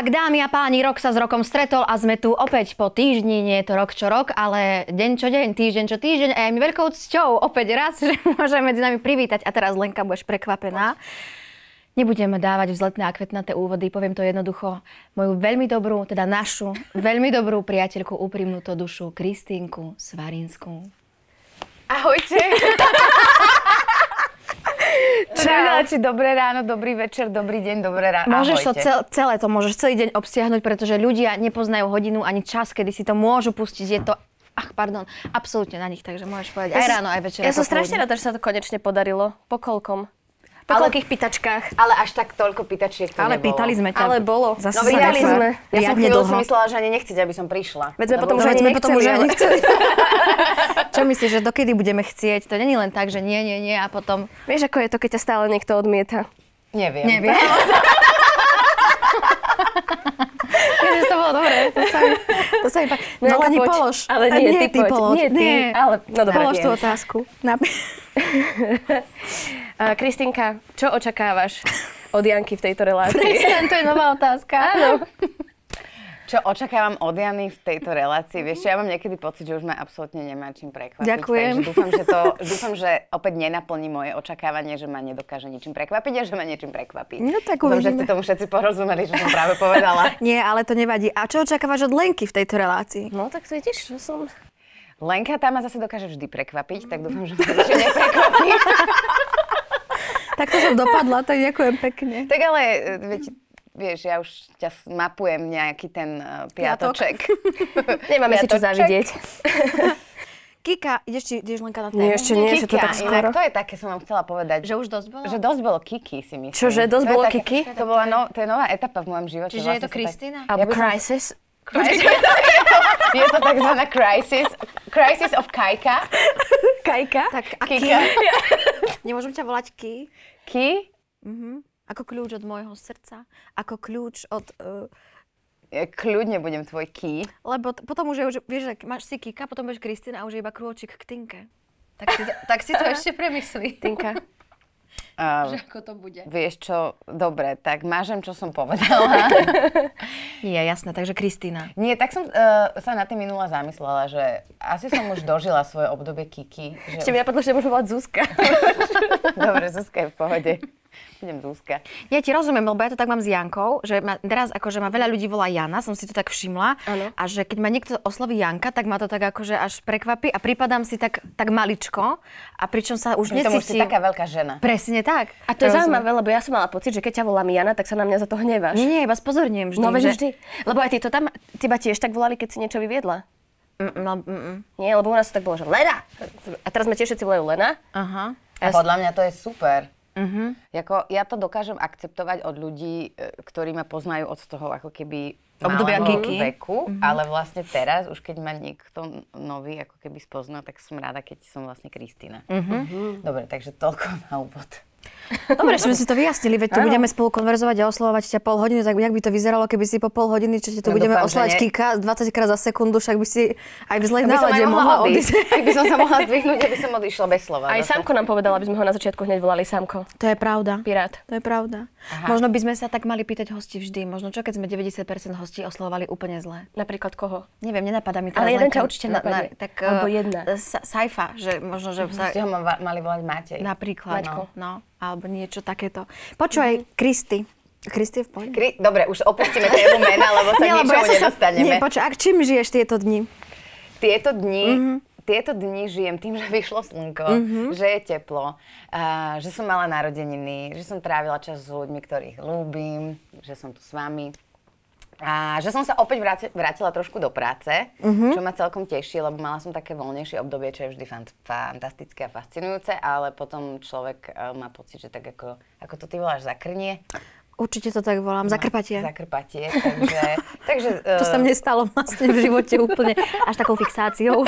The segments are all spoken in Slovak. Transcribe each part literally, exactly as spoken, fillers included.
Tak, dámy a páni, rok sa s rokom stretol a sme tu opäť po týždni, nie je to rok čo rok, ale deň čo deň, týždeň čo týždeň a je mi veľkou cťou opäť raz, že môžeme medzi nami privítať. A teraz, Lenka, budeš prekvapená. Nebudeme dávať vzletné a kvetnaté úvody, poviem to jednoducho. Moju veľmi dobrú, teda našu, veľmi dobrú priateľku, úprimnú to dušu, Kristínku Svarinskú. Ahojte. Nevedela, či dobré ráno, dobrý večer, dobrý deň, dobré ráno. Môžeš to Ahojte. cel, celé to môžeš celý deň obsiahnuť, pretože ľudia nepoznajú hodinu ani čas, kedy si to môžu pustiť. Je to, ach, pardon, absolútne na nich, takže môžeš povedať aj ráno, aj večer. Ja som strašne rada, že sa to konečne podarilo. Po koľkom? Po Ale- koľkých pýtačkách? Ale až tak toľko pýtačiek to Ale nebolo. pýtali sme ťa. Ale bolo. Zase No sa vydali takto sme. Ja som riadne chvíľu si dlho. myslela, že ani nechcete, aby som prišla. Veď sme potom Lebo- už ani Veď sme potom už nechceli, ani ale- nechceli. Čo myslíš, že dokedy budeme chcieť? To není len tak, že nie, nie, nie a potom... Vieš, ako je to, keď ťa stále niekto odmieta? Neviem. Neviem. Ježiš, to bolo dobré. To sa mi, to sa mi páči. No Lenka, Leni, poď. polož. Ale A nie, ty poď. polož. Nie, ty. Ale- no dobre, Polož tú viem. otázku. Napi- Uh, Kristínka, čo očakávaš od Janky v tejto relácii? Presne, to je nová otázka. Áno. Čo očakávam od Jany v tejto relácii? Vieš, ja mám niekedy pocit, že už ma absolútne nemá čím prekvapiť. Ďakujem. Takže dúfam, že to, dúfam, že opäť nenaplní moje očakávanie, že ma nedokáže ničím prekvapiť a že ma niečím prekvapí. No tak dúfam, že uvidíme. ste tomu všetci porozumeli, čo som práve povedala. Nie, ale to nevadí. A čo očakávaš od Lenky v tejto relácii? No tak vidíš, že som... Lenka tá ma zase dokáže vždy prekvapiť, tak dúfam, že ma ešte neprekvapí. Tak to som dopadla, tak ďakujem pekne. Tak ale, vieš, vieš, ja už ťa mapujem nejaký ten uh, piatoček. Nemáme si čo Piatoček. zavidieť. Kika, ideš, či, ideš Lenka na tému? Nie, ešte nie, že to Kika, tak skoro. inak to je také, som vám chcela povedať. Že už dosť bolo? Že dosť bolo Kiki, si myslím. Čože, dosť To je bolo také- Kiki? To, bola no, to je nová etapa v mojom živote. Čiže je to sa tak- Kristína? Ja Alebo by som- Crisis? Crisis. je, to, je to takzvaná crisis. Crisis of Kajka. Kajka? Tak a Kika. Ki? Nemôžem ťa volať Ki? Ki? Mhm. Ako kľúč od môjho srdca. Ako kľúč od... Uh, Ja kľudne budem tvoj Ki. lebo t- potom už je, už, vieš, že máš si Kika, potom budeš Kristína a už je iba krôčik k Tinke. Tak si to, tak si to ešte premyslí. Tinka. Uh, Ako to bude. vieš čo, dobre, tak mážem, čo som povedala. Nie, jasné, takže Kristína. Nie, tak som uh, sa na tým minula zamyslela, že asi som už dožila svoje obdobie Kiki. Že Ešte mi napadlo, že môžem volať Zuzka. Dobre, Zuzka je v pohode. Budem Zuzka. Ja ti rozumiem, lebo ja to tak mám s Jankou, že ma, teraz akože ma veľa ľudí volá Jana, som si to tak všimla. Áno. A že keď ma niekto osloví Janka, tak ma to tak akože až prekvapí a pripadám si tak, tak maličko. A pričom sa už Pritom už si necítim... taká veľká žena. Presne tak. A to je Rozumiem. zaujímavé, lebo ja som mala pocit, že keď ťa volám Jana, tak sa na mňa za to hneváš. Nie, nie, iba spozorňujem vždy. No veď že... vždy. Lebo aj ty to tam, teba tiež tak volali, keď si niečo vyviedla. Mm, no, mm, mm. Nie, lebo u nás to tak bolo, že Lena. A teraz sme tiež všetci volajú Lena. Aha. A podľa mňa to je super. Uh-huh. Jako, ja to dokážem akceptovať od ľudí, e, ktorí ma poznajú od toho ako keby Obdobia malého Kiki. veku, ale vlastne teraz, už keď ma niekto nový ako keby spozná, tak som rada, keď som vlastne Kristína. Uh-huh. Dobre, takže toľko na úvod. Dobre, že sme si to vyjasnili, veď tu Áno. budeme spolu konverzovať a oslovovať ťa pol hodiny, tak jak by to vyzeralo, keby si po pol hodiny, čo ti tu No budeme dúfam, že oslovať nie. Kika dvadsať krát za sekundu, však by si aj v zlej By som nálade aj mohla odísť. Ak by som sa mohla zdvihnúť, aby som odišla bez slova. Aj zase. Samko nám povedal, aby sme ho na začiatku hneď volali Samko. To je pravda. Pirát. To je pravda. Aha. Možno by sme sa tak mali pýtať hosti vždy. Možno čo, keď sme deväťdesiat percent hostí oslovovali úplne zle. Napríklad koho? Neviem, nenapadá mi teraz Ale jeden len ťa kam- určite napadne. tak, Alebo eh, jedna. sa- Saifa, že možno, že sa... Ste ho ma- mali volať Matej. Napríklad, Maťko. no, no, alebo niečo takéto. Počúvaj, Kristy. Kristy je v pohode? Kri- Dobre, už opustíme tému mena, lebo sa Nie, lebo ničomu ja som sa- nedostaneme. Nie, počúvaj, a čím žiješ tieto dni? Tieto dni, tieto dni žijem tým, že vyšlo slnko, že je teplo, a že som mala narodeniny, že som trávila čas s ľuďmi, ktorých ľúbim, že som tu s vami. A že som sa opäť vráti- vrátila trošku do práce, čo ma celkom teší, lebo mala som také voľnejšie obdobie, čo je vždy fan- fantastické a fascinujúce, ale potom človek uh, má pocit, že tak ako, ako to ty voláš, zakrnie. Určite to tak volám, zakrpatie. Zakrpatie, takže... takže To sa mne stalo vlastne v živote úplne až takou fixáciou.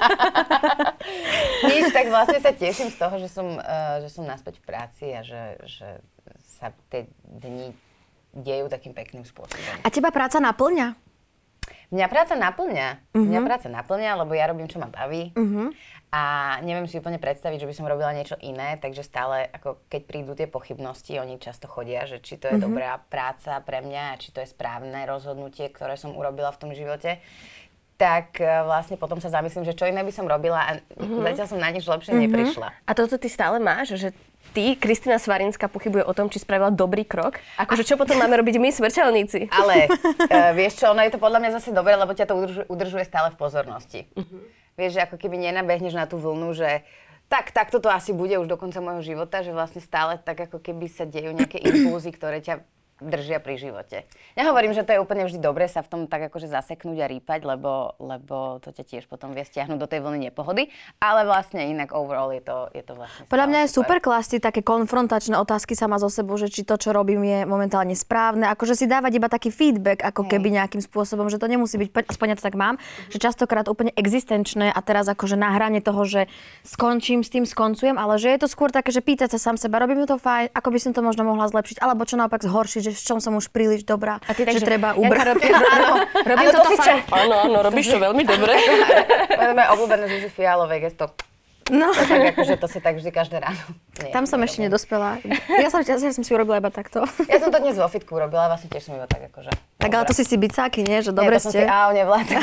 Nič, tak vlastne sa teším z toho, že som, uh, že som naspäť v práci a že, že sa tie dni dejú takým pekným spôsobom. A teba práca naplňa? Mňa práca naplňa. Uh-huh. Mňa práca naplňa, lebo ja robím, čo ma baví. Uh-huh. A neviem si úplne predstaviť, že by som robila niečo iné, takže stále, ako keď prídu tie pochybnosti, oni často chodia, že či to je uh-huh. dobrá práca pre mňa, či to je správne rozhodnutie, ktoré som urobila v tom živote. Tak vlastne potom sa zamyslím, že čo iné by som robila a uh-huh. zatiaľ som na nič lepšie uh-huh. neprišla. A toto ty stále máš, že ty, Kristina Svarinská, pochybuje o tom, či spravila dobrý krok? Akože čo potom máme robiť my, smrteľníci? Ale uh, vieš čo, ono je to podľa mňa zase dobré, lebo ťa to udržuje, udržuje stále v pozornosti. Uh-huh. Vieš, že ako keby nenabehneš na tú vlnu, že tak, tak toto asi bude už do konca môjho života, že vlastne stále tak ako keby sa dejú nejaké impulzy, ktoré ťa držia pri živote. Nehovorím, že to je úplne vždy dobré sa v tom tak akože zaseknúť a rýpať, lebo, lebo to ťa tiež potom vie stiahnuť do tej vlny nepohody, ale vlastne inak overall je to, je to vlastne Podľa mňa je super klásť také konfrontačné otázky sama zo sebou, že či to, čo robím, je momentálne správne, akože si dávať iba taký feedback, ako Hej. keby nejakým spôsobom, že to nemusí byť, aspoň ja to tak mám, že častokrát úplne existenčné a teraz akože na hrane toho, že skončím s tým, skoncujem, ale že je to skôr také, že pýtať sa sám seba, robím to fajn, ako by som to možno mohla zlepšiť, alebo čo naopak zhoršiť, že v čom som už príliš dobrá, A ty že takže, treba Janka, ubrať. robí, áno, robím Áno, to toto si fajn. Áno, áno, robíš to veľmi dobre. To je moje obľúbené Zuzi Fialovej gesto. No. To, tak, akože, to si tak vždy každé ráno. Nie, Tam som ešte nedospela. Ja som, ja som si urobila iba takto. Ja som to dnes vo fitku urobila, vlastne tiež som iba tak akože... Tak ale to si si bicáky, nie? Že dobre Nie, to ste. som si au, nevládzam.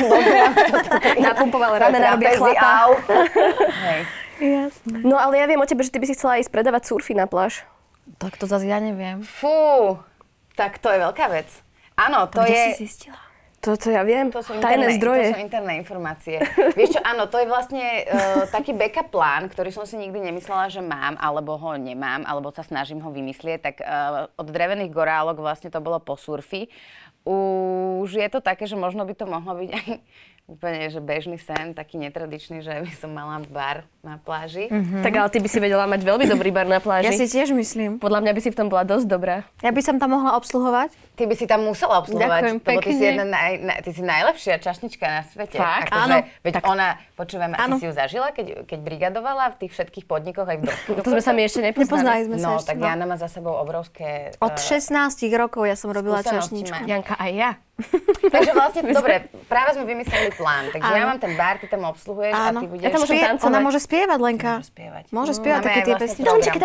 Napumpoval ramena, robia Trapezy, chlapa. au. Hej. Jasné. No ale ja viem o tebe, že ty by si chcela ísť predávať surfy na pláž. Tak to zase ja neviem. Fú, tak to je veľká vec. Áno, to Kde je... si zistila? Toto ja viem, To sú tajné interné, zdroje. To sú interné informácie. Vieš čo, áno, to je vlastne uh, taký backup plán, ktorý som si nikdy nemyslela, že mám, alebo ho nemám, alebo sa snažím ho vymyslieť. Tak uh, od drevených gorálok vlastne to bolo po surfy. Už je to také, že možno by to mohlo byť aj úplne že bežný sen, taký netradičný, že by som mala bar na pláži. Mm. Tak ale ty by si vedela mať veľmi dobrý bar na pláži. Ja si tiež myslím. Podľa mňa by si v tom bola dosť dobrá. Ja by som tam mohla obsluhovať. Ty by si tam musela obsluhovať, Ďakujem lebo ty si, pekne. jedna naj, na, ty si najlepšia čašnička na svete. Fakt? Akože, Áno. Veď Tak. ona, počúvame, a Áno. ty si ju zažila, keď, keď brigadovala v tých všetkých podnikoch aj v dosku? To sme sa mi ešte nepoznali. Nepoznali sme sa No, ešte. tak Jana má za sebou obrovské... Od eh, šestnástich rokov ja som robila skúsenosti čašničku. má. Janka, aj ja. Takže vlastne, dobre, práve sme vymysleli plán. Takže ja Áno. mám ten bar, ty tam obsluhuješ Áno. a ty budeš... Ja tam môžem Spie- tancovať. Ona môže spievať, Lenka. Môže spievať. Môže spievať Máme také aj tie vlastne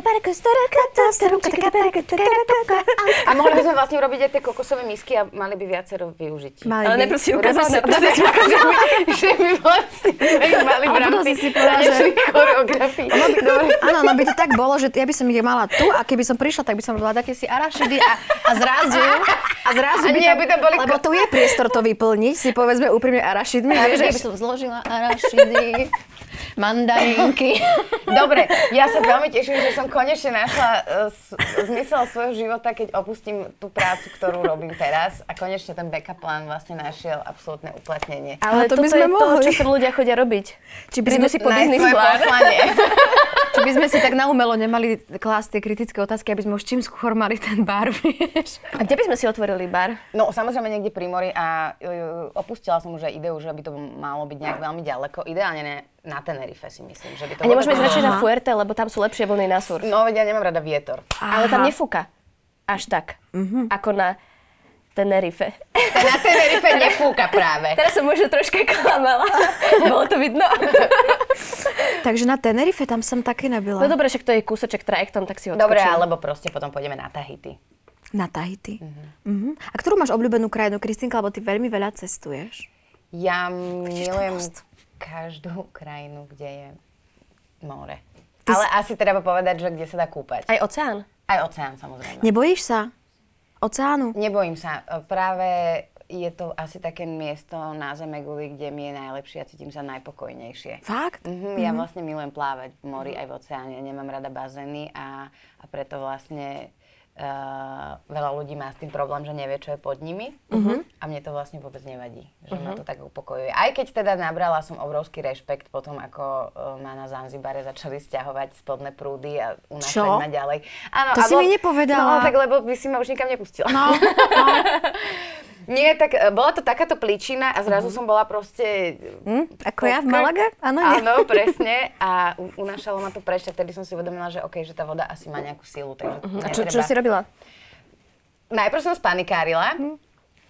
pesničky. program. A mohli by sme vlastne urobiť aj tie kokosové misky a mali by viacero využití. Mali Ale by. najprv si ukázala na Dobre, prste. že my, že my vlastne sme ich mali v A potom rámci si si povedala, že- tanečných choreografií. Dobre. Áno, no by to tak bolo, že ja by som ich mala tu a keby som prišla, tak by som robila také si arašidy a, a zrazu, a zrazu A by, nie, by to boli lebo ko- tu je priestor to vyplniť, si povedzme úprimne arašidmi, A vieš, že vidíš- by som zložila arašidy, mandarinky. Dobre, ja sa veľmi teším, že som konečne našla uh, s- zmysel svojho života, keď opustím tú prácu, ktorú robím teraz a konečne ten backup plán vlastne našiel absolútne uplatnenie. Ale to by toto sme je to, mohli. čo sem ľudia chodia robiť. Či by Prídu sme si po Nájsť biznis svoje plán. poslanie. Či by sme si tak naumelo nemali klásť tie kritické otázky, aby sme už čím skôr mali ten bar, vieš. A kde by sme si otvorili bar? No samozrejme niekde pri mori a uh, opustila som už aj ideu, že by to malo byť nejak veľmi ďaleko. Ideálne ne, na Tenerife si myslím, že by to A nemôžeme ísť vôbec radšej na nebolo. Fuerte, lebo tam sú lepšie vlny na surf. No veď ja nemám rada vietor. Ale tam nefúka. Až tak. Ako na Tenerife. Na Tenerife nefúka práve. Teraz som možno troška klamala. Bolo to vidno. Takže na Tenerife tam som také nebyla. No dobre, však to je kúsoček trajektom, tak si odskočím. Dobre, alebo proste potom pôjdeme na Tahiti. Na Tahiti. Uh-huh. A ktorú máš obľúbenú krajinu, Kristínka, lebo ty veľmi veľa cestuješ? Ja milujem most. každú krajinu, kde je more. Ale asi treba povedať, že kde sa dá kúpať. Aj oceán. Aj oceán, samozrejme. Nebojíš sa oceánu? Nebojím sa. Práve je to asi také miesto na Zeme guli, kde mi je najlepšie a cítim sa najpokojnejšie. Fakt? Mhm, ja vlastne milujem plávať v mori aj v oceáne. Nemám rada bazény a, a preto vlastne uh, veľa ľudí má s tým problém, že nevie, čo je pod nimi. Uh-huh. A mne to vlastne vôbec nevadí, že uh-huh. ma to tak upokojuje. Aj keď teda nabrala som obrovský rešpekt potom, ako uh, ma na Zanzibare začali sťahovať spodné prúdy a unášať Čo? ma ďalej. Áno, To a si bol- mi nepovedala. No, tak lebo by si ma už nikam nepustila. No, no. Nie, tak e, bola to takáto plíčina a zrazu som bola proste... Hm? Ako ja v Poker. Malage? Áno, nie? Áno, presne. A u- unášalo ma to preč, a vtedy som si uvedomila, že okej, že tá voda asi má nejakú silu, takže A čo, čo si robila? Najprv som spanikárila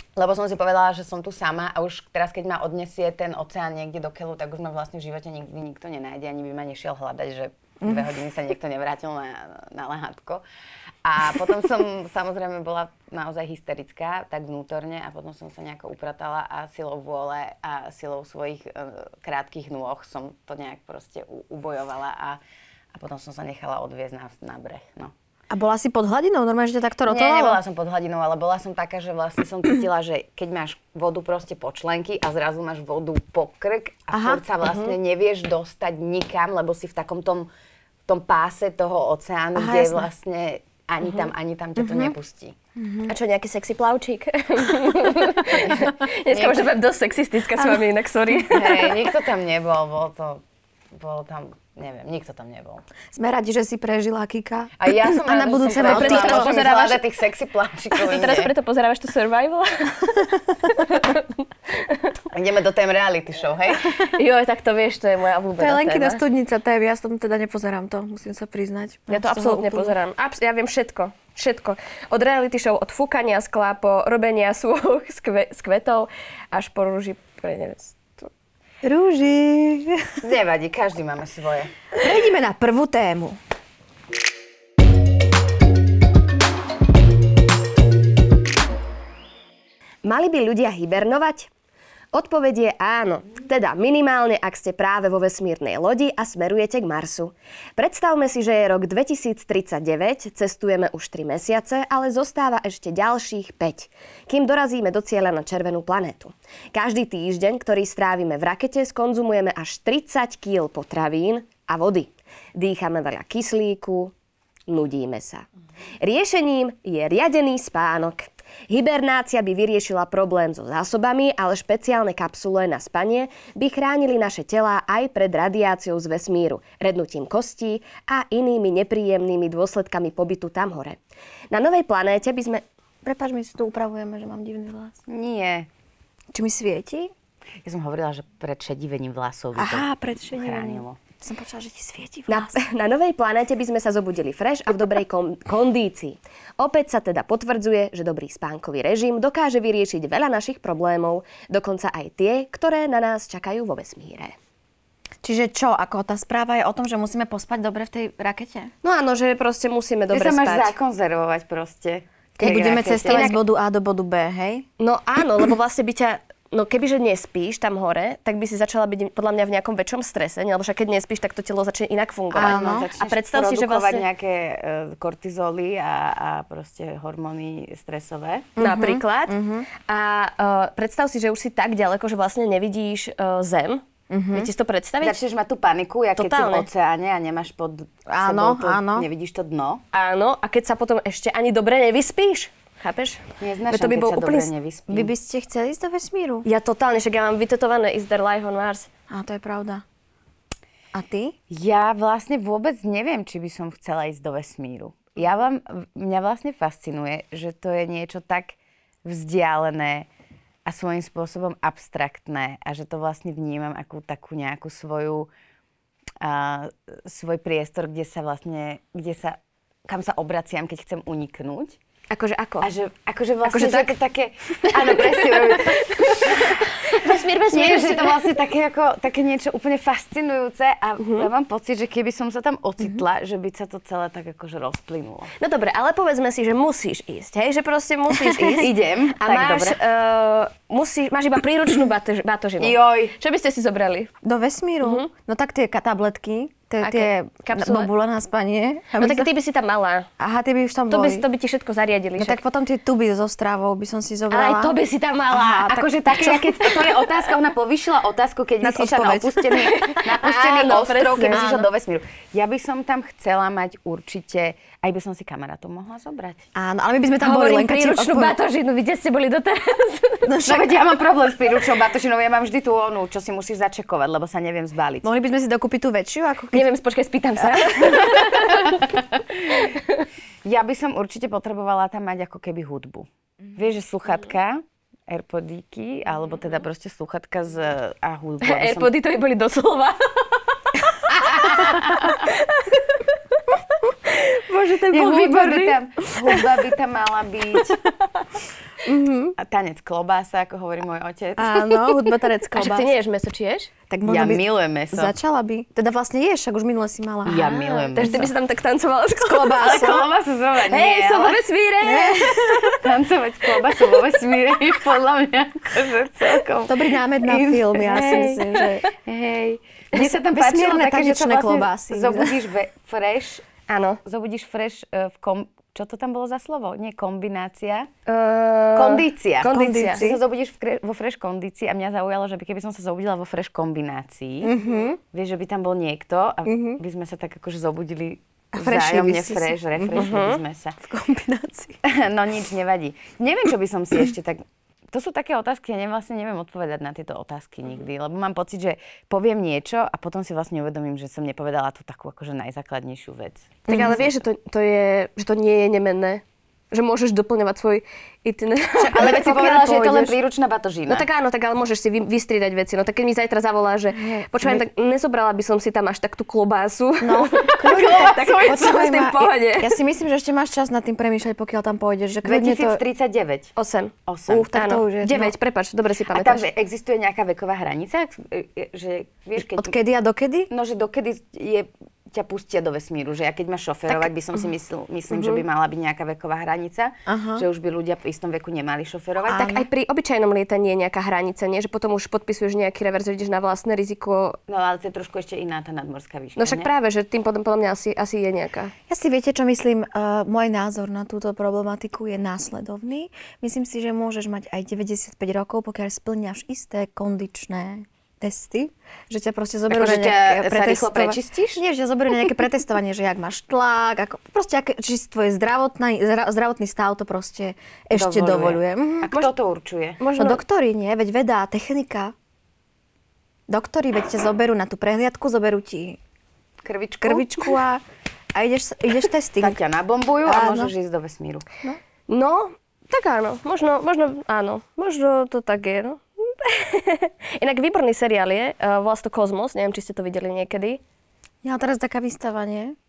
Lebo som si povedala, že som tu sama a už teraz, keď ma odnesie ten oceán niekde do keľu, tak už ma vlastne v živote nikdy nikto nenájde, ani by ma nešiel hľadať, že dve hodiny sa niekto nevrátil na, na lehátko. A potom som samozrejme bola naozaj hysterická, tak vnútorne, a potom som sa nejako upratala a silou vôle a silou svojich uh, krátkych nôh som to nejak proste u, ubojovala a, a potom som sa nechala odviezť na, na breh, no. A bola si pod hladinou? Normálne, že to takto rotovalo? Nie, nebola som pod hladinou, ale bola som taká, že vlastne som cítila, že keď máš vodu proste po členky a zrazu máš vodu po krk a Aha. furt sa vlastne uh-huh. nevieš dostať nikam, lebo si v takom tom, tom páse toho oceánu, Aha, kde jasné. vlastne ani uh-huh. tam, ani tam ťa to uh-huh. nepustí. A čo, nejaký sexy plavčík? Dneska môžem byť dosť sexistická s vami, inak sorry. Hej, nikto tam nebol, bolo to, bolo tam, neviem, nikto tam nebol. Sme radi, že si prežila, Kika. A ja som A na rada, budúce že som aj preto prežila, teraz môžem pozerávaš- zvládať tých sexy plavčíkov Ty teraz inde. preto pozerávaš to Survival? Ideme do tém reality show, hej? Jo, tak to vieš, to je moja To je obľúbená Lenkina téma. studnica té vé, ja som teda nepozerám to, musím sa priznať. Ja to Mám z toho absolútne úplne- pozerám. Abs- ja viem všetko. Všetko. Od reality show, od fúkania skla, po robenia súch z, kve- z kvetov, až po rúži pre nevestu. Rúži. Nevadí, každý máme svoje. Prejdime na prvú tému. Mali by ľudia hibernovať? Odpoveď je áno. Teda minimálne, ak ste práve vo vesmírnej lodi a smerujete k Marsu. Predstavme si, že je rok dvetisíctridsaťdeväť, cestujeme už tri mesiace, ale zostáva ešte ďalších päť, kým dorazíme do cieľa na červenú planétu. Každý týždeň, ktorý strávime v rakete, skonzumujeme až tridsať kíl potravín a vody. Dýchame veľa kyslíku, nudíme sa. Riešením je riadený spánok. Hibernácia by vyriešila problém so zásobami, ale špeciálne kapsule na spanie by chránili naše telá aj pred radiáciou z vesmíru, rednutím kostí a inými nepríjemnými dôsledkami pobytu tam hore. Na novej planéte by sme... Prepáč, my si tu upravujeme, že mám divný vlas. Nie. Či mi svieti? Ja som hovorila, že pred šedivením vlasov by to Aha, pred šedivením. chránilo. Som počula, že ti svieti Na, vlas. na novej planéte by sme sa zobudili fresh a v dobrej kom- kondícii. Opäť sa teda potvrdzuje, že dobrý spánkový režim dokáže vyriešiť veľa našich problémov, dokonca aj tie, ktoré na nás čakajú vo vesmíre. Čiže čo, ako tá správa je o tom, že musíme pospať dobre v tej rakete? No áno, že proste musíme Ty dobre sa máš spať. zakonzervovať proste. Keď Tej budeme rakete. cestovať Inak- z bodu A do bodu B, hej? No áno, lebo vlastne by ťa... No kebyže nespíš tam hore, tak by si začala byť podľa mňa v nejakom väčšom strese, lebo však keď nespíš, tak to telo začne inak fungovať. Áno. Začneš A predstav si, že produkovať vlastne... nejaké uh, kortizóly a, a proste hormóny stresové. Napríklad. A uh, predstav si, že už si tak ďaleko, že vlastne nevidíš uh, zem. Viete si to predstaviť? Začneš mať tú paniku, jak keď si v Totálne. oceáne a nemáš pod Áno, sebou to, áno. nevidíš to dno. Áno, a keď sa potom ešte ani dobre nevyspíš. Chápeš? Neznášam, Veď to by keď bol sa úplný... dobre nevyspím. Vy by ste chceli ísť do vesmíru? Ja totálne, však ja mám vytetované Is there life on Mars. Á, to je pravda. A ty? Ja vlastne vôbec neviem, či by som chcela ísť do vesmíru. Ja vám, mňa vlastne fascinuje, že to je niečo tak vzdialené a svojím spôsobom abstraktné a že to vlastne vnímam ako takú nejakú svoju, uh, svoj priestor, kde sa vlastne, kde sa, kam sa obraciam, keď chcem uniknúť. Akože ako? A že, akože vlastne, Akože že tak? to také, áno, presne. vesmír, Nie, že je to vlastne také, ako, také niečo úplne fascinujúce a Mhm. ja mám pocit, že keby som sa tam ocitla, že by sa to celé tak akože rozplynulo. No dobre, ale povedzme si, že musíš ísť, hej? Že proste musíš ísť. Idem, A tak máš, dobre. uh, musí, máš iba príručnú batož, batožinu. Joj. Čo by ste si zobrali? Do vesmíru? No tak tie ka- tabletky, tie, Aké? tie Kapsule? bobule na spanie. No tak ty by si tam mala. Aha, tie by už tam To by, boli. to by ti všetko zariadili. No však. tak potom tie tuby so strávou by som si Ale zobrala. aj to by si tam mala. Aha, tak Akože také, keď to je otázka, ona povýšila otázku, keď Na vysieš na odpoveď. opustený, na opustený Áno, ostrov, keď presne, vysieš áno. do vesmíru. Ja by som tam chcela mať určite, aj by som si kamarátov mohla zobrať. Áno, ale my by sme tam boli Hovorím len keď ti príručnú odpoved- batožinu, vy kde ste boli doteraz? No No však, veď ja mám problém s príručnou batožinou, ja mám vždy tú onu, čo si musíš začekovať, lebo sa neviem zbaliť. mohli by sme si dokúpiť tú väčšiu? Ako keď... Neviem, počkaj, spýtam sa. Ja by som určite potrebovala tam mať ako keby hudbu. Vieš, že sluchatka, airpodíky, alebo teda proste sluchatka z, a hudbu. aby som- Airpody to by boli doslova. Bože, ten Nie, bol hudba by výborný. tam, hudba by tam mala byť. Mm-hmm. A tanec klobása, ako hovorí môj otec. Áno, hudba, tanec, A však klobás. ty neješ meso, či ješ? Tak Ja možno by milujem meso. začala by. Teda vlastne ješ, však už minule si mala. Ja milujem Takže ty by meso. si tam tak tancovala s Ale klobásou. klobásu znova nie, Hej, som vo ale vesmíre! tancovať klobásu vo vesmíre je podľa mňa akože celkom... Dobrý námed na Is- film, ja si Hej. myslím, že... Hej. Mne sa tam páčilo Vesmírne také, že sa tanečné vlastne klobásy. zobudíš ve- fresh, Áno. zobudíš fresh e, v kom... Čo to tam bolo za slovo? Nie kombinácia? Uh, Kondícia. Kondícia. Že sa zobudíš v kre- vo fresh kondícii a mňa zaujalo, že by keby som sa zobudila vo fresh kombinácii, Mhm. vieš, že by tam bol niekto a by sme sa tak akože zobudili A freshli by vzájomne ste sa. fresh, refreshli by sme sa. V kombinácii. No nič, nevadí. Neviem, čo by som si ešte tak... To sú také otázky, ja ne, vlastne neviem odpovedať na tieto otázky nikdy, lebo mám pocit, že poviem niečo a potom si vlastne uvedomím, že som nepovedala tú takú akože najzákladnejšiu vec. Tak ale vieš, že to, to, je, že to nie je nemenné. Že môžeš doplňovať svoj itinerár. Ale veď si Pokiaľ povedala, že je to len pôjdeš- príručná batožina. No tak áno, tak ale môžeš si vy, vystriedať veci. No tak keď mi zajtra zavolá, že počúvaj, tak nezobrala by som si tam až tak tú klobásu. No, tak Počúvaj som s tým v ma, pohode. Ja, ja si myslím, že ešte máš čas nad tým premýšľať, pokiaľ tam pôjdeš. Že kľudne to... dvetisíctridsaťdeväť. osem. osem. Uf, tak to Áno, už je... deväť, prepáč, dobre si A tam pamätáš. ve- existuje nejaká veková hranica? E, e, Že, vieš, keď... Od kedy a dokedy? No, že dokedy je, ťa pustia do vesmíru, že ja keď máš šoferovať, by som si myslel, myslím, že by mala byť nejaká veková hranica, Aha. že už by ľudia v istom veku nemali šoferovať. Tak aj pri obyčajnom lietaní je nejaká hranica, nie? Že potom už podpisuješ nejaký revers, že ideš na vlastné riziko. No ale to je trošku ešte iná tá nadmorská výška, No však nie? práve, že tým potom podľa mňa asi, asi je nejaká. Ja si viete, čo myslím, uh, môj názor na túto problematiku je následovný. Myslím si, že môžeš mať aj deväťdesiatpäť rokov, pokiaľ splňaš isté kondičné testy, že ťa proste zoberú Akože na ťa nejaké sa rýchlo pretestovanie. prečistíš? Nie, že ťa zoberú na nejaké pretestovanie, že jak máš tlak, ako, proste, aké, či tvoj zdravotný, zdra, zdravotný stav to proste ešte dovoluje. Mhm. A kto to určuje? No doktori nie, veď veda, technika. Doktori, veď ťa zoberú na tú prehliadku, zoberú ti Krvičku? krvičku a, a ideš, ideš testing. Tak ťa nabombujú a Áno. môžeš ísť do vesmíru. No, tak áno, možno, možno áno, možno to tak je, no. Inak výborný seriál je, uh, volá sa to Kozmos, neviem, či ste to videli niekedy. Ja teraz taká výstava, nie?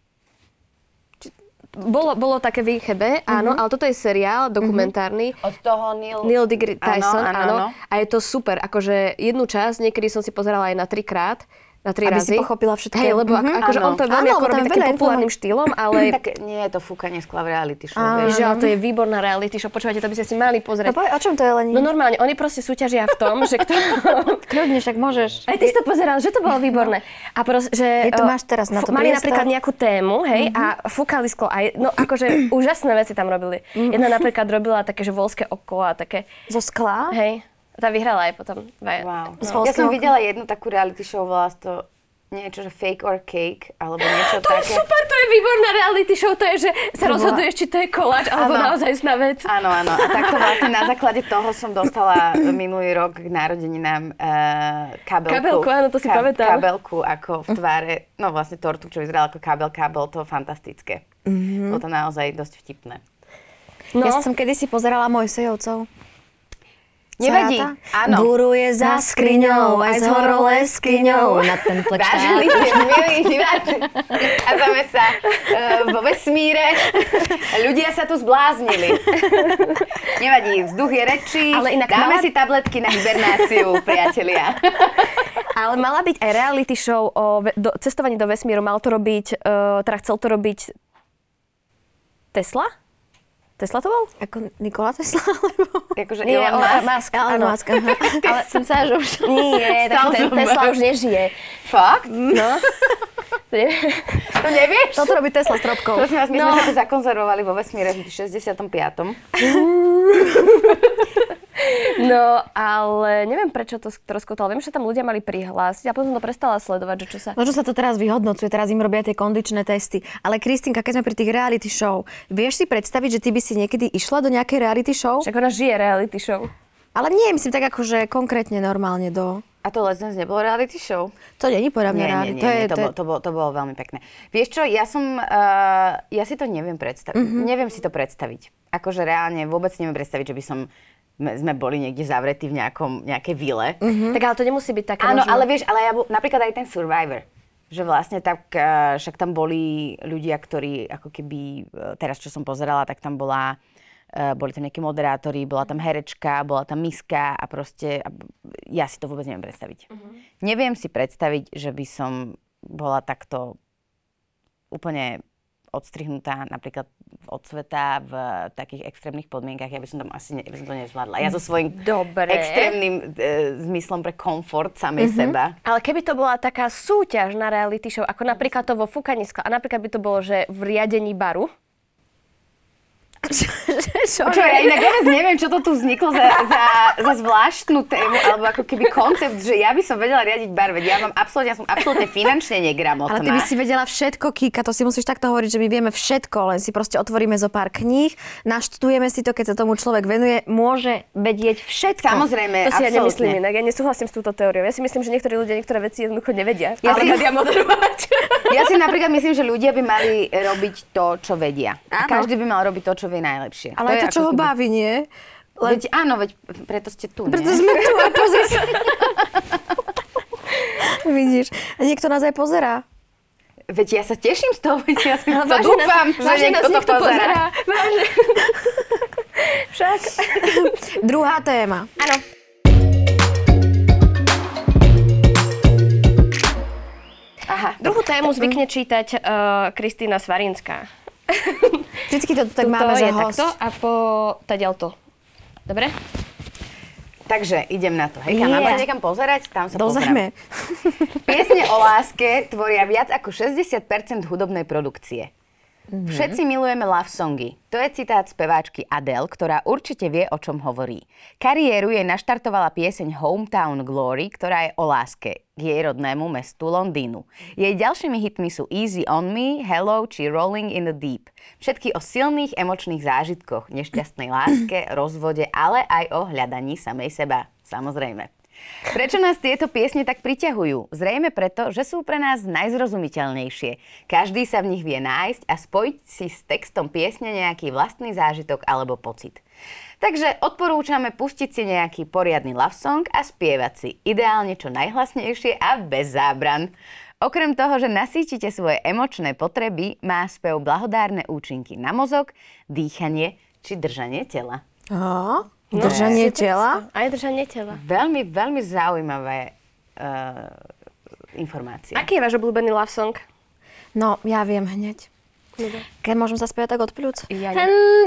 Bolo, bolo také v Chebe, áno, ale toto je seriál dokumentárny. Od toho Neil... Neil deGrasse Tyson, Áno, áno, áno, áno. A je to super, akože jednu časť, niekedy som si pozerala aj na trikrát, na tri Aby razy. si pochopila všetko. Hej, lebo Mhm. ak, akože Áno. on to veľmi Áno, ako lebo tam robí je takým veľa populárnym štýlom, ale... Tak nie je to fúkanie skla v reality show, Áno. vieš. Že, ale to je výborná reality show, počúvajte, to by ste si mali No pozrieť. povedz, o čom to je, Leni? No normálne, oni proste súťažia v tom, že kto... Kľudne, však môžeš. Aj ty si to pozeral, že to bolo výborné. A proste, že... Je to o, máš teraz na to Mali priestor? napríklad nejakú tému, hej, a fúkali sklo aj, no akože úžasné veci tam robili. Jedna napríklad robila také, že voľské oko a také, Zo skla? hej, tá vyhrala aj potom. Wow. Z Ja Volského som oka? videla jednu takú reality show, volá sa to niečo, že Fake or Cake, alebo niečo To je také. super, to je výborná reality show, to je, že sa To bola- rozhoduješ, či to je koláč, alebo Áno. naozaj vec. Áno, áno. A takto vlastne na základe toho som dostala minulý rok k narodeninám uh, kabelku. Kabelku, áno, to si pamätám. Kabelku ako v tvare, no vlastne tortu, čo vyzerala ako kabel, kabel, to fantastické. Mm-hmm. Bolo to naozaj dosť vtipné. No, Ja som kedysi pozerala Mojsejovcov. Nevadí, Sa ráta? áno. Guruje za skriňou, aj s horoleskyňou. Na ten Vážení, milí diváci, nachádzame sa uh, vo vesmíre. Ľudia sa tu zbláznili. Nevadí, vzduch je rečí. Ale inak Dáme mala- si tabletky na hibernáciu, priatelia. ale mala byť aj reality show o ve- do, cestovaní do vesmíru, mal to robiť, uh, teda chcel to robiť Tesla? Tesla to bol? Ako Nikola Tesla, alebo... Akože Nie, Elon o, Musk. Musk, Elon áno. Musk, aha. Ale som sa, že už... Nie, tak Stal ten som Tesla ma. už nežije. Fakt? No. To nevieš? Toto robí Tesla s trobkou. Prosím vás, my No. sme sa tu zakonzervovali vo vesmíre v šesťdesiatom piatom No, ale neviem, prečo to stroskotalo. Viem, že tam ľudia mali prihlásiť a potom to prestala sledovať, že čo sa... Možno sa to teraz vyhodnocuje, teraz im robia tie kondičné testy. Ale Kristýnka, keď sme pri tých reality show, vieš si predstaviť, že ty by si niekedy išla do nejakej reality show? Však ona žije reality show. Ale nie, myslím tak akože konkrétne normálne do... A to Let's Dance nebolo reality show? To není podľa mňa Nie, nie, reality. nie, to, je, nie, to, to, je, bolo, to, bolo, to bolo veľmi pekné. Vieš čo, ja som, uh, ja si to neviem predstaviť. Mm-hmm. Neviem si to predstaviť. Akože reálne vôbec neviem predstaviť, že by som, sme boli niekde zavretí v nejakom, nejakej vile. Mm. Tak ale to nemusí byť také Áno, možno... ale vieš, ale ja, bol- napríklad aj ten Survivor, že vlastne tak, uh, však tam boli ľudia, ktorí ako keby, uh, teraz čo som pozerala, tak tam bola Uh, boli tam nejakí moderátori, bola tam herečka, bola tam miska a proste a ja si to vôbec neviem predstaviť. Uh-huh. Neviem si predstaviť, že by som bola takto úplne odstrihnutá napríklad od sveta v takých extrémnych podmienkach. Ja by som tam asi ne, by som to nezvládla. Ja so svojím Dobre. extrémnym e, zmyslom pre komfort samej mm-hmm. seba. Ale keby to bola taká súťaž na reality show, ako napríklad to vo fúkaní skla, a napríklad by to bolo, že v riadení baru. Čo, ja inak vôbec neviem, čo to tu vzniklo za, za, za zvláštnu tému, alebo ako keby koncept, že ja by som vedela riadiť bar, veď ja mám absolútne, ja som absolútne finančne negramotná. Ale ty by si vedela všetko, Kika, to si musíš takto hovoriť, že my vieme všetko, len si proste otvoríme zo pár kníh, naštudujeme si to, keď sa tomu človek venuje, môže vedieť všetko. Samozrejme, To si absolútne. ja nemyslím inak, ja nesúhlasím s túto teóriou. Ja si myslím, že niektorí ľudia niektoré veci jednoducho nevedia. Ja Ale si- ja moderovať. Ja si napríklad myslím, že ľudia by mali robiť to, čo vedia. A Áno. každý by mal robiť to, čo vie najlepšie. Ale aj to, čo ako ho keby- baví, nie? Len... Veď áno, veď preto ste tu, Preto nie? sme tu a pozri sa. Vidíš, a niekto nás aj pozerá. Veď ja sa teším z toho, veď ja si to vážne dúfam, nás- že vážne niekto nás to niekto pozerá. pozerá. Vážne. Však. Druhá téma. Áno. Aha. Druhú tému zvykne čítať uh, Kristýna Svarinská. Vždycky to tak Tuto máme, že je host. takto a po tadiaľto. Dobre? Takže idem na to. Hej, mám sa niekam pozerať? Tam sa Do pozerám. zeme. Piesne o láske tvoria viac ako šesťdesiat percent hudobnej produkcie. Mhm. Všetci milujeme love songy. To je citát speváčky Adele, ktorá určite vie, o čom hovorí. Kariéru jej naštartovala pieseň Hometown Glory, ktorá je o láske k jej rodnému mestu Londýnu. Jej ďalšími hitmi sú Easy on Me, Hello či Rolling in the Deep. Všetky o silných emočných zážitkoch, nešťastnej láske, rozvode, ale aj o hľadaní samej seba. Samozrejme. Prečo nás tieto piesne tak priťahujú? Zrejme preto, že sú pre nás najzrozumiteľnejšie. Každý sa v nich vie nájsť a spojiť si s textom piesne nejaký vlastný zážitok alebo pocit. Takže odporúčame pustiť si nejaký poriadny love song a spievať si. Ideálne čo najhlasnejšie a bez zábran. Okrem toho, že nasýtite svoje emočné potreby, má spev blahodárne účinky na mozog, dýchanie či držanie tela. Á, držanie tela. Aj držanie tela. Veľmi, veľmi zaujímavé uh, informácie. Aký je váš obľúbený love song? No, ja viem hneď. Keď môžem zaspievať tak od pľúc? Ja And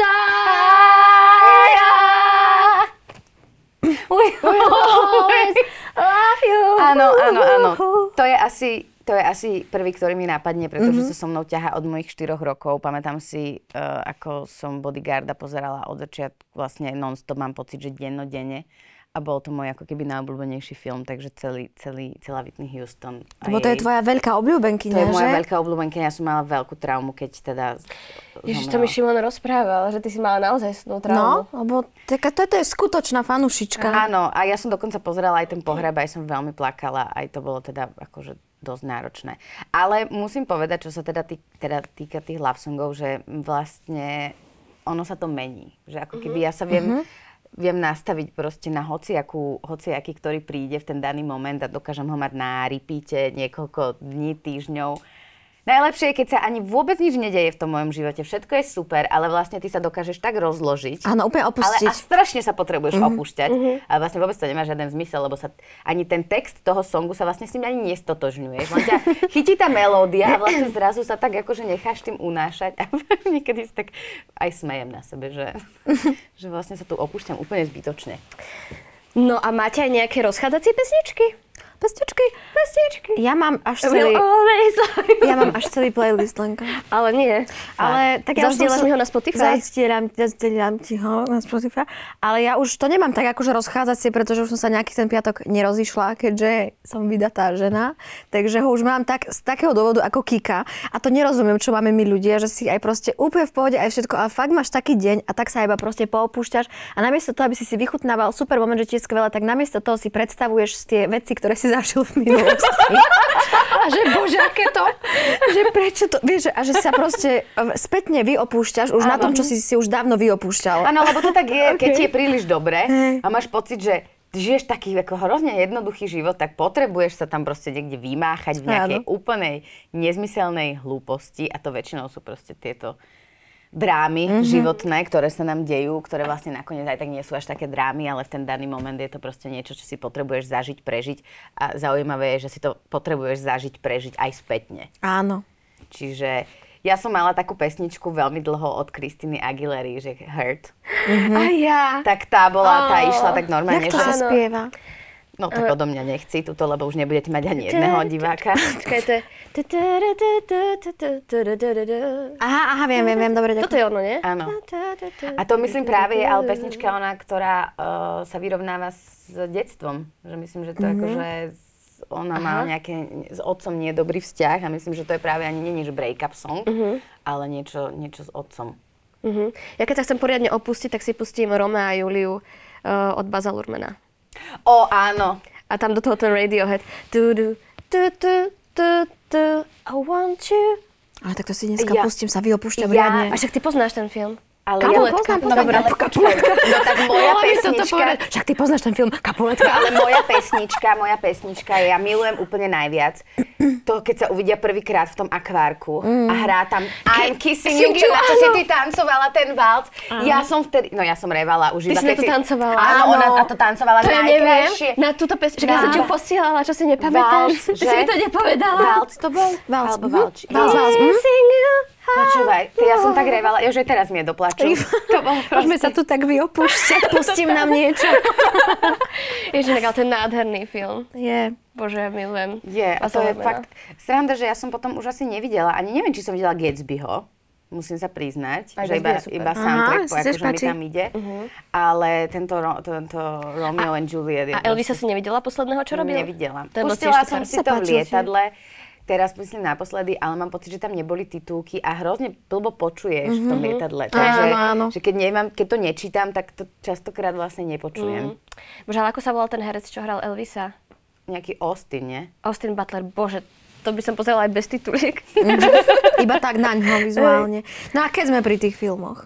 I will always love you. Áno, áno, áno. To je asi, to je asi prvý, ktorý mi napadne, pretože mm-hmm. sa so mnou ťaha od mojich štyroch rokov. Pamätám si, uh, ako som Bodyguarda pozerala od začiatku, vlastne non-stop, mám pocit, že dennodenne. A bol to môj ako keby najobľúbenejší film, takže celý, celý, celá Whitney Houston. Lebo to je tvoja veľká obľúbenkyňa, To je moja že? veľká obľúbenkyňa. Ja som mala veľkú traumu, keď teda Ježiš, to mi Šimon rozprával, že ty si mala naozaj snú No, traumu. lebo taká, toto je skutočná fanušička. Áno, a ja som dokonca pozerala aj ten pohreb, aj som veľmi plakala, aj to bolo teda akože dosť náročné. Ale musím povedať, čo sa teda, tý, teda týka tých love songov, že vlastne ono sa to mení. Že ako keby ja sa viem, viem nastaviť proste na hociakú, hociaký, ktorý príde v ten daný moment a dokážem ho mať na repeate niekoľko dní, týždňov. Najlepšie je, keď sa ani vôbec nič nedeje v tom mojom živote. Všetko je super, ale vlastne ty sa dokážeš tak rozložiť. Áno, úplne Ale opustiť. a strašne sa potrebuješ mm-hmm. opúšťať. Mm-hmm. A vlastne vôbec to nemá žiaden zmysel, lebo sa ani ten text toho songu sa vlastne s ním ani nestotožňuješ. Len ťa chytí tá melódia a vlastne zrazu sa tak akože necháš tým unášať. A niekedy sa tak aj smejem na sebe, že, že vlastne sa tu opúšťam úplne zbytočne. No a máte aj nejaké rozchádzacie pesničky? Pestičky. Pesničky. Ja mám až Will celý, always love you. ja mám až celý playlist, Lenka. Ale nie. Ale tak ja už som Zazdieľaš sa- mi ho na Spotify? Zazdieľam, zazdieľam ti ho na Spotify. Ale ja už to nemám tak akože rozchádzať, pretože už som sa nejaký ten piatok nerozišla, keďže som vydatá žena. Takže ho už mám tak, z takého dôvodu ako Kika. A to nerozumiem, čo máme my ľudia, že si aj proste úplne v pohode aj všetko. A fakt máš taký deň a tak sa iba proste poopúšťaš. A namiesto toho, aby si si vychutnával super moment, že ti je skvelé, tak namiesto toho si predstavuješ tie veci, ktoré si zažil v minulosti. A že bože, aké to? Že prečo to, vieš, a že sa proste spätne vyopúšťaš už na tom, čo si si už dávno vyopúšťal. Áno, lebo to tak je, keď ti je príliš dobre Hej. a máš pocit, že ty žiješ taký ako hrozne jednoduchý život, tak potrebuješ sa tam proste niekde vymáchať v nejakej Áno. úplnej nezmyselnej hlúposti a to väčšinou sú proste tieto drámy mm-hmm. životné, ktoré sa nám dejú, ktoré vlastne nakoniec aj tak nie sú až také drámy, ale v ten daný moment je to proste niečo, čo si potrebuješ zažiť, prežiť. A zaujímavé je, že si to potrebuješ zažiť, prežiť aj spätne. Áno. Čiže ja som mala takú pesničku veľmi dlho od Christiny Aguilery, že Hurt. Mm-hmm. A ja. Tak tá bola, tá išla tak normálne, Jak to že... sa spieva? No tak odo mňa nechci tuto, lebo už nebudete mať ani jedného diváka. Počkaj, to je... Aha, aha, viem, viem, viem, dobre, Toto ďakujem. je ono, nie? Áno. A to myslím práve je ale pesnička ona, ktorá uh, sa vyrovnáva s detstvom. Že myslím, že to mm-hmm. akože ona má nejaké, s otcom nie je dobrý vzťah a myslím, že to je práve ani nie že break-up song, mm-hmm. ale niečo, niečo s otcom. Mm-hmm. Ja keď sa chcem poriadne opustiť, tak si pustím Romea a Juliu uh, od Baza Lurmana. O, áno. A tam do toho ten Radiohead. Du, du, du, du, du, du, I want you. Ale tak to si dneska Ja- pustím, sa vyopúšťam Ja- riadne. A však ty poznáš ten film. Ale Kapuletka. ja poznám, Dobre, ale počkaj. No tak moja pesnička, Však ty poznáš ten film Kapuletka. ale moja pesnička, moja pesnička, ja milujem úplne najviac to, keď sa uvidia prvýkrát v tom akvárku Mm. a hrá tam I'm kissing you, čo, na čo si ty tancovala ten valc. Ja som vtedy, no ja som revala už Ty iba, si na keď to tancovala. Áno, Áno. ona na to tancovala To ja najkrajšie. neviem. Na túto pesničku, ja som ti ju posielala, čo si nepamätáš. Valc, Ty si mi to nepovedala. Valc to bol? Valc, Alebo mhm. valč. Valc, valc, mhm. Kissing you. Počúvaj, ty, ja som tak revala, ja už aj teraz mi je doplaču. To bolo Môžeme sa tu tak vyopúšťať, pustím nám niečo. Ježiš, ale to je nádherný film. Je. Bože, ja milujem. Je, a Baza to je Lurmana. fakt sranda, že ja som potom už asi nevidela, ani neviem, či som videla Gatsbyho, musím sa priznať, Aj že Gatsby iba, je super. iba Aha, soundtrack, si tiež akože mi páči. tam ide, ale tento, Ro- tento Romeo and Juliet je A Elvisa si nevidela posledného, čo robil? nevidela. To bolo Pustila tiež som super. si Sa to v páčilo ti? lietadle, teraz myslím naposledy, ale mám pocit, že tam neboli titulky a hrozne blbo počuješ v tom lietadle. Takže, Áno, áno. že keď, nemám, keď to nečítam, tak to častokrát vlastne nepočujem. Bože, ale ako sa volal ten herec, čo hral Elvisa? Nejaký Austin, nie? Austin Butler, bože, to by som pozerala aj bez tituliek. Iba tak na ňo vizuálne. No a keď sme pri tých filmoch?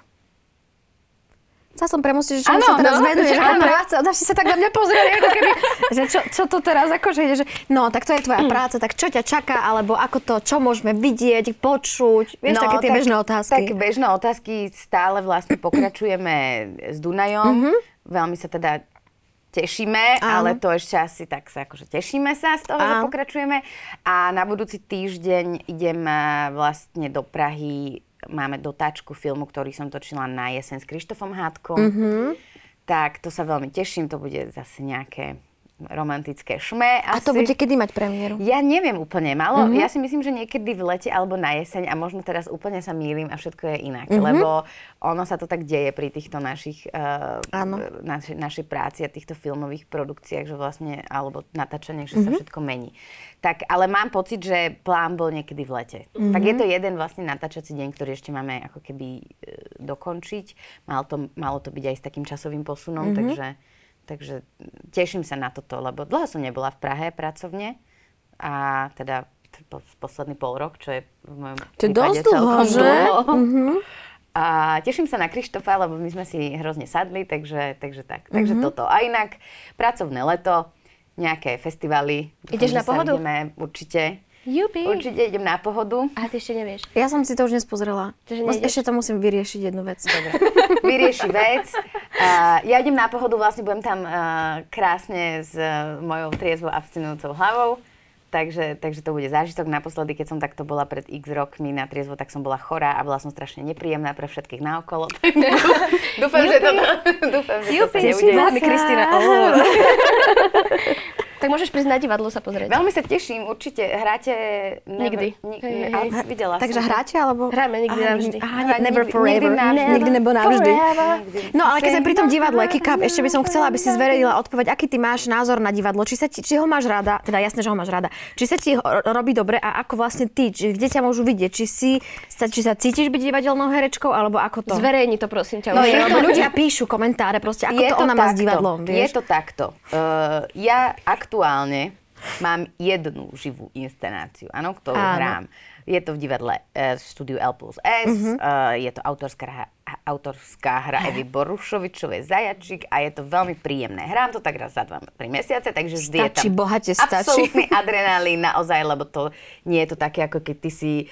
Chcela som premostiť, že čomu Áno, sa teraz no, venuješ, že aká áno. práca. A si sa tak na mňa pozreli, ako keby, že čo, čo to teraz akože ide, že no, tak to je tvoja práca, tak čo ťa čaká, alebo ako to, čo môžeme vidieť, počuť, vieš, také tie tak, bežné otázky. Tak bežné otázky stále vlastne pokračujeme s Dunajom. Mhm. Veľmi sa teda tešíme, Áno. ale to ešte asi tak sa akože tešíme sa z toho, že Áno. pokračujeme. A na budúci týždeň idem eh, vlastne do Prahy. Máme dotáčku filmu, ktorý som točila na jeseň s Krištofom Hádkom. Mhm. Tak to sa veľmi teším, to bude zase nejaké romantické šme. A to asi. bude kedy mať premiéru? Ja neviem úplne, malo. Mhm. Ja si myslím, že niekedy v lete alebo na jeseň a možno teraz úplne sa mýlim a všetko je inak, lebo ono sa to tak deje pri týchto našich, uh, Áno. naši, našej práci a týchto filmových produkciách, že vlastne, alebo natáčaniach, že sa všetko mení. Tak, ale mám pocit, že plán bol niekedy v lete. Tak je to jeden vlastne natáčací deň, ktorý ešte máme ako keby uh, dokončiť. Malo to, malo to byť aj s takým časovým posunom, takže Takže teším sa na toto, lebo dlho som nebola v Prahe pracovne a teda po, posledný pol rok, čo je v mojom To je prípade dosť dlho, celkom že? dlho. Mhm. A teším sa na Krištofa, lebo my sme si hrozne sadli, takže, takže tak. Takže toto. A inak pracovné leto, nejaké festivaly. Ideš Dúfam, na že sa Pohodu? Ideme, určite. Jupi. Určite idem na Pohodu. A ty ešte nevieš. Ja som si to už dnes pozrela. Čiže Mus- nejdeš? Ešte to musím vyriešiť jednu vec. Vyrieši vec. Uh, ja idem na Pohodu, vlastne budem tam uh, krásne s uh, mojou triezvou abstinujúcou hlavou. Takže, takže to bude zážitok. Naposledy, keď som takto bola pred x rokmi na triezvo, tak som bola chorá a bola som strašne nepríjemná pre všetkých naokolo. Dúfam, že to, dúfam, že to sa neudeje. Bola mi Kristína. Tak môžeš prísť na divadlo sa pozrieť. Veľmi sa teším, určite. Hráte... Nikdy. Ni- Hej, hej, ale hej. videla Takže som. hráte, alebo? Hráme nikdy Aha, navždy. Aha, Hrať never nikdy- forever. nikdy navždy. Nikdy nebo navždy. Forever. No ale keď sme pri tom divadle, Kika, ešte by som chcela, aby si zverejnila odpoveď, aký ty máš názor na divadlo, či, sa ti, či ho máš rada, teda jasné, že ho máš rada, či sa ti ho robí dobre a ako vlastne ty, či, kde ťa môžu vidieť, či, si, sa, či sa cítiš byť divadelnou herečkou, alebo ako to? Zverejni to, prosím ťa. No už. je, lebo ľudia píšu komentáre, proste ako Je to ona má s takto. divadlom, Je vieš? to takto. Uh, ja aktuálne mám jednu živú inscenáciu, áno, ktorú Áno. hrám. Je to v divadle uh, v štúdiu L plus S, Mhm. uh, je to autorská hra, autorská hra Evy Borušovičovej Zajačík a je to veľmi príjemné. Hrám to tak raz za dva tri mesiace, takže vždy Stačí, je tam bohate stačí. absolútny adrenalín naozaj, lebo to nie je to také, ako keď ty si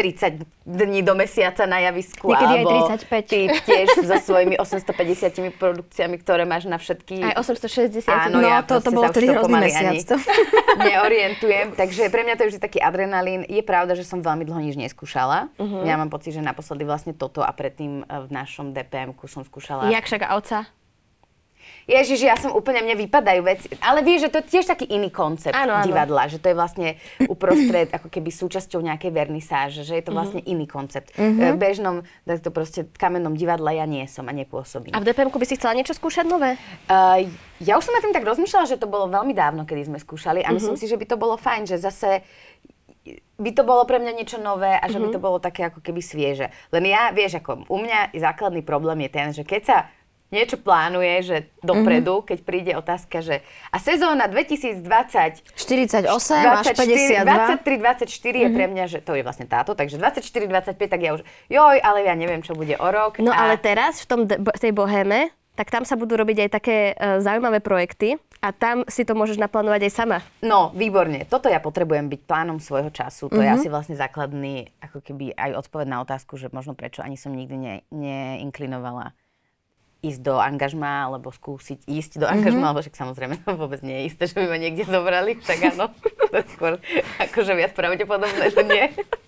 tridsať dní do mesiaca na javisku. Niekedy aj alebo tridsaťpäť. ty tiež so svojimi osemstopäťdesiat produkciami, ktoré máš na všetky... Aj osemstošesťdesiat. Áno, No, ja to, to proste bolo sa už vtedy to hrozný pomaly mesiac. ani To. neorientujem. Takže pre mňa to je vždy taký adrenalín. Je pravda, že som veľmi dlho nič neskúšala. Uh-huh. Ja mám pocit, že naposledy vlastne toto a predtým v našom dé pé emku som skúšala. Jak však a oca? Ježiš, ja som úplne, mne vypadajú veci. Ale vieš, že to je tiež taký iný koncept Áno, áno. divadla, že to je vlastne uprostred ako keby súčasťou nejakej vernisáže, že je to vlastne iný koncept. V bežnom, tak to proste kamennom divadle ja nie som a nepôsobím. A v dé pé emku by si chcela niečo skúšať nové? Uh, ja už som na tým tak rozmýšľala, že to bolo veľmi dávno, kedy sme skúšali a myslím si, že by to bolo fajn, že zase by to bolo pre mňa niečo nové a že by to bolo také ako keby svieže. Len ja, vieš, ako u mňa základný problém je ten, že keď sa niečo plánuje, že dopredu, keď príde otázka, že a sezóna dvetisícdvadsať štyridsaťosem až päťdesiatdva. dvadsaťtri dvadsaťštyri je pre mňa, že to je vlastne táto, takže dvadsaťštyri dvadsaťpäť, tak ja už, joj, ale ja neviem, čo bude o rok. No a... ale teraz v, tom, de- v tej bohéme, tak tam sa budú robiť aj také uh, zaujímavé projekty a tam si to môžeš naplánovať aj sama. No, výborne. Toto ja potrebujem byť plánom svojho času. To je asi vlastne základný, ako keby aj odpoveď na otázku, že možno prečo ani som nikdy ne, neinklinovala ísť do angažmá, alebo skúsiť ísť do angažmá, mm-hmm. lebo však samozrejme to vôbec nie je isté, že by ma niekde zobrali, však áno, to je skôr akože viac pravdepodobné, že nie.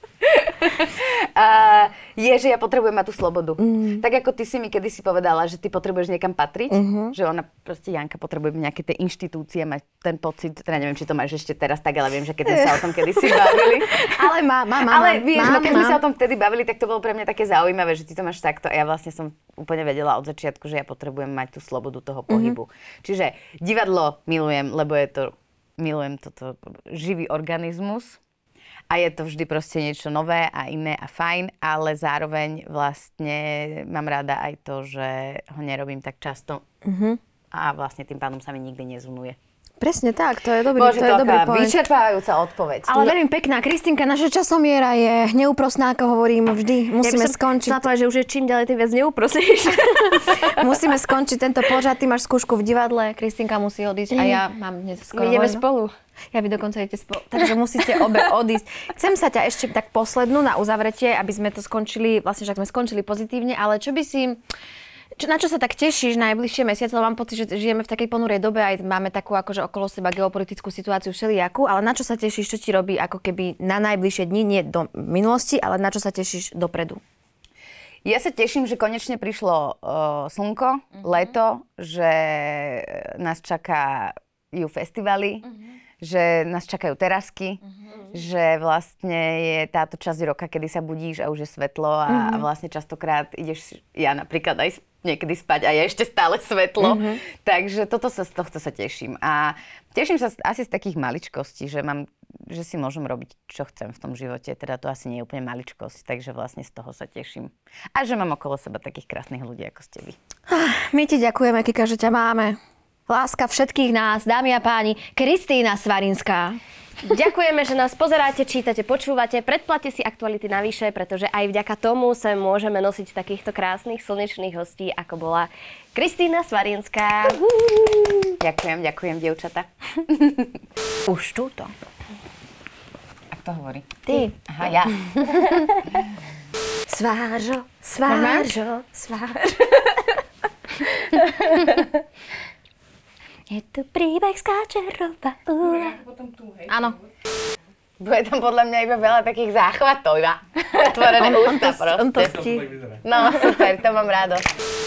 A je, že ja potrebujem mať tú slobodu. Mm. Tak ako ty si mi kedysi povedala, že ty potrebuješ niekam patriť, mm-hmm. že ona proste, Janka, potrebuje nejaké tie inštitúcie, mať ten pocit, teda neviem, či to máš ešte teraz tak, ale viem, že keď sme sa o tom kedysi bavili. Ale má, má, má. Ale vieš, mám, no, keď sme mám. sa o tom vtedy bavili, tak to bolo pre mňa také zaujímavé, že ty to máš takto a ja vlastne som úplne vedela od začiatku, že ja potrebujem mať tú slobodu toho pohybu. Mm-hmm. Čiže divadlo milujem, lebo je to, milujem toto živý organizmus. A je to vždy proste niečo nové a iné a fajn, ale zároveň vlastne mám rada aj to, že ho nerobím tak často uh-huh. a vlastne tým pádom sa mi nikdy nezunuje. Presne tak, to je dobrý, Bože, to je dobrý taká point. vyčerpávajúca odpoveď. Ale veľmi pekná. Kristínka, naša časomiera je neúprosná, ako hovorím vždy. Musíme ja skončiť. Chcela povedať, že už je čím ďalej, tým viac neúprosnejšie. Musíme skončiť tento pořad. Ty máš skúšku v divadle. Kristínka musí odísť a ja mám dnes skoro My ideme voľno. spolu. Ja vy dokonca idete spolu. Takže musíte obe odísť. Chcem sa ťa ešte tak poslednú na uzavretie, aby sme to skončili, vlastne však sme skončili pozitívne, ale čo by si... Čo, na čo sa tak tešíš najbližšie mesiace? Lebo mám pocit, že žijeme v takej ponurej dobe, aj máme takú akože okolo seba geopolitickú situáciu všelijakú, ale na čo sa tešíš, čo ti robí ako keby na najbližšie dni, nie do minulosti, ale na čo sa tešíš dopredu? Ja sa teším, že konečne prišlo uh, slnko, mm-hmm. leto, že nás čakajú festivaly, mm-hmm. že nás čakajú terasky, mm-hmm. že vlastne je táto časť roka, kedy sa budíš a už je svetlo a, mm-hmm. a vlastne častokrát ideš, ja napríklad aj niekedy spať a je ešte stále svetlo. Mm-hmm. Takže toto sa, z tohto sa teším. A teším sa asi z takých maličkostí, že mám, že si môžem robiť, čo chcem v tom živote. Teda to asi nie je úplne maličkosť, takže vlastne z toho sa teším. A že mám okolo seba takých krásnych ľudí, ako ste vy. My ti ďakujeme, Kika, že ťa máme. Láska všetkých nás, dámy a páni, Kristína Svarinská. Ďakujeme, že nás pozeráte, čítate, počúvate. Predplatte si aktuality navyše, pretože aj vďaka tomu sa môžeme nosiť takýchto krásnych slnečných hostí, ako bola Kristína Svarinská. Ďakujem, ďakujem, dievčatá. Už túto. A kto hovorí? Ty. Aha, ja. Svážo, svážo, svážo. Je tu príbeh skáčerová úra. Áno. Bude tam podľa mňa iba veľa takých záchvatov, iba otvorené ústa proste. On to stí. No super, to mám radosť.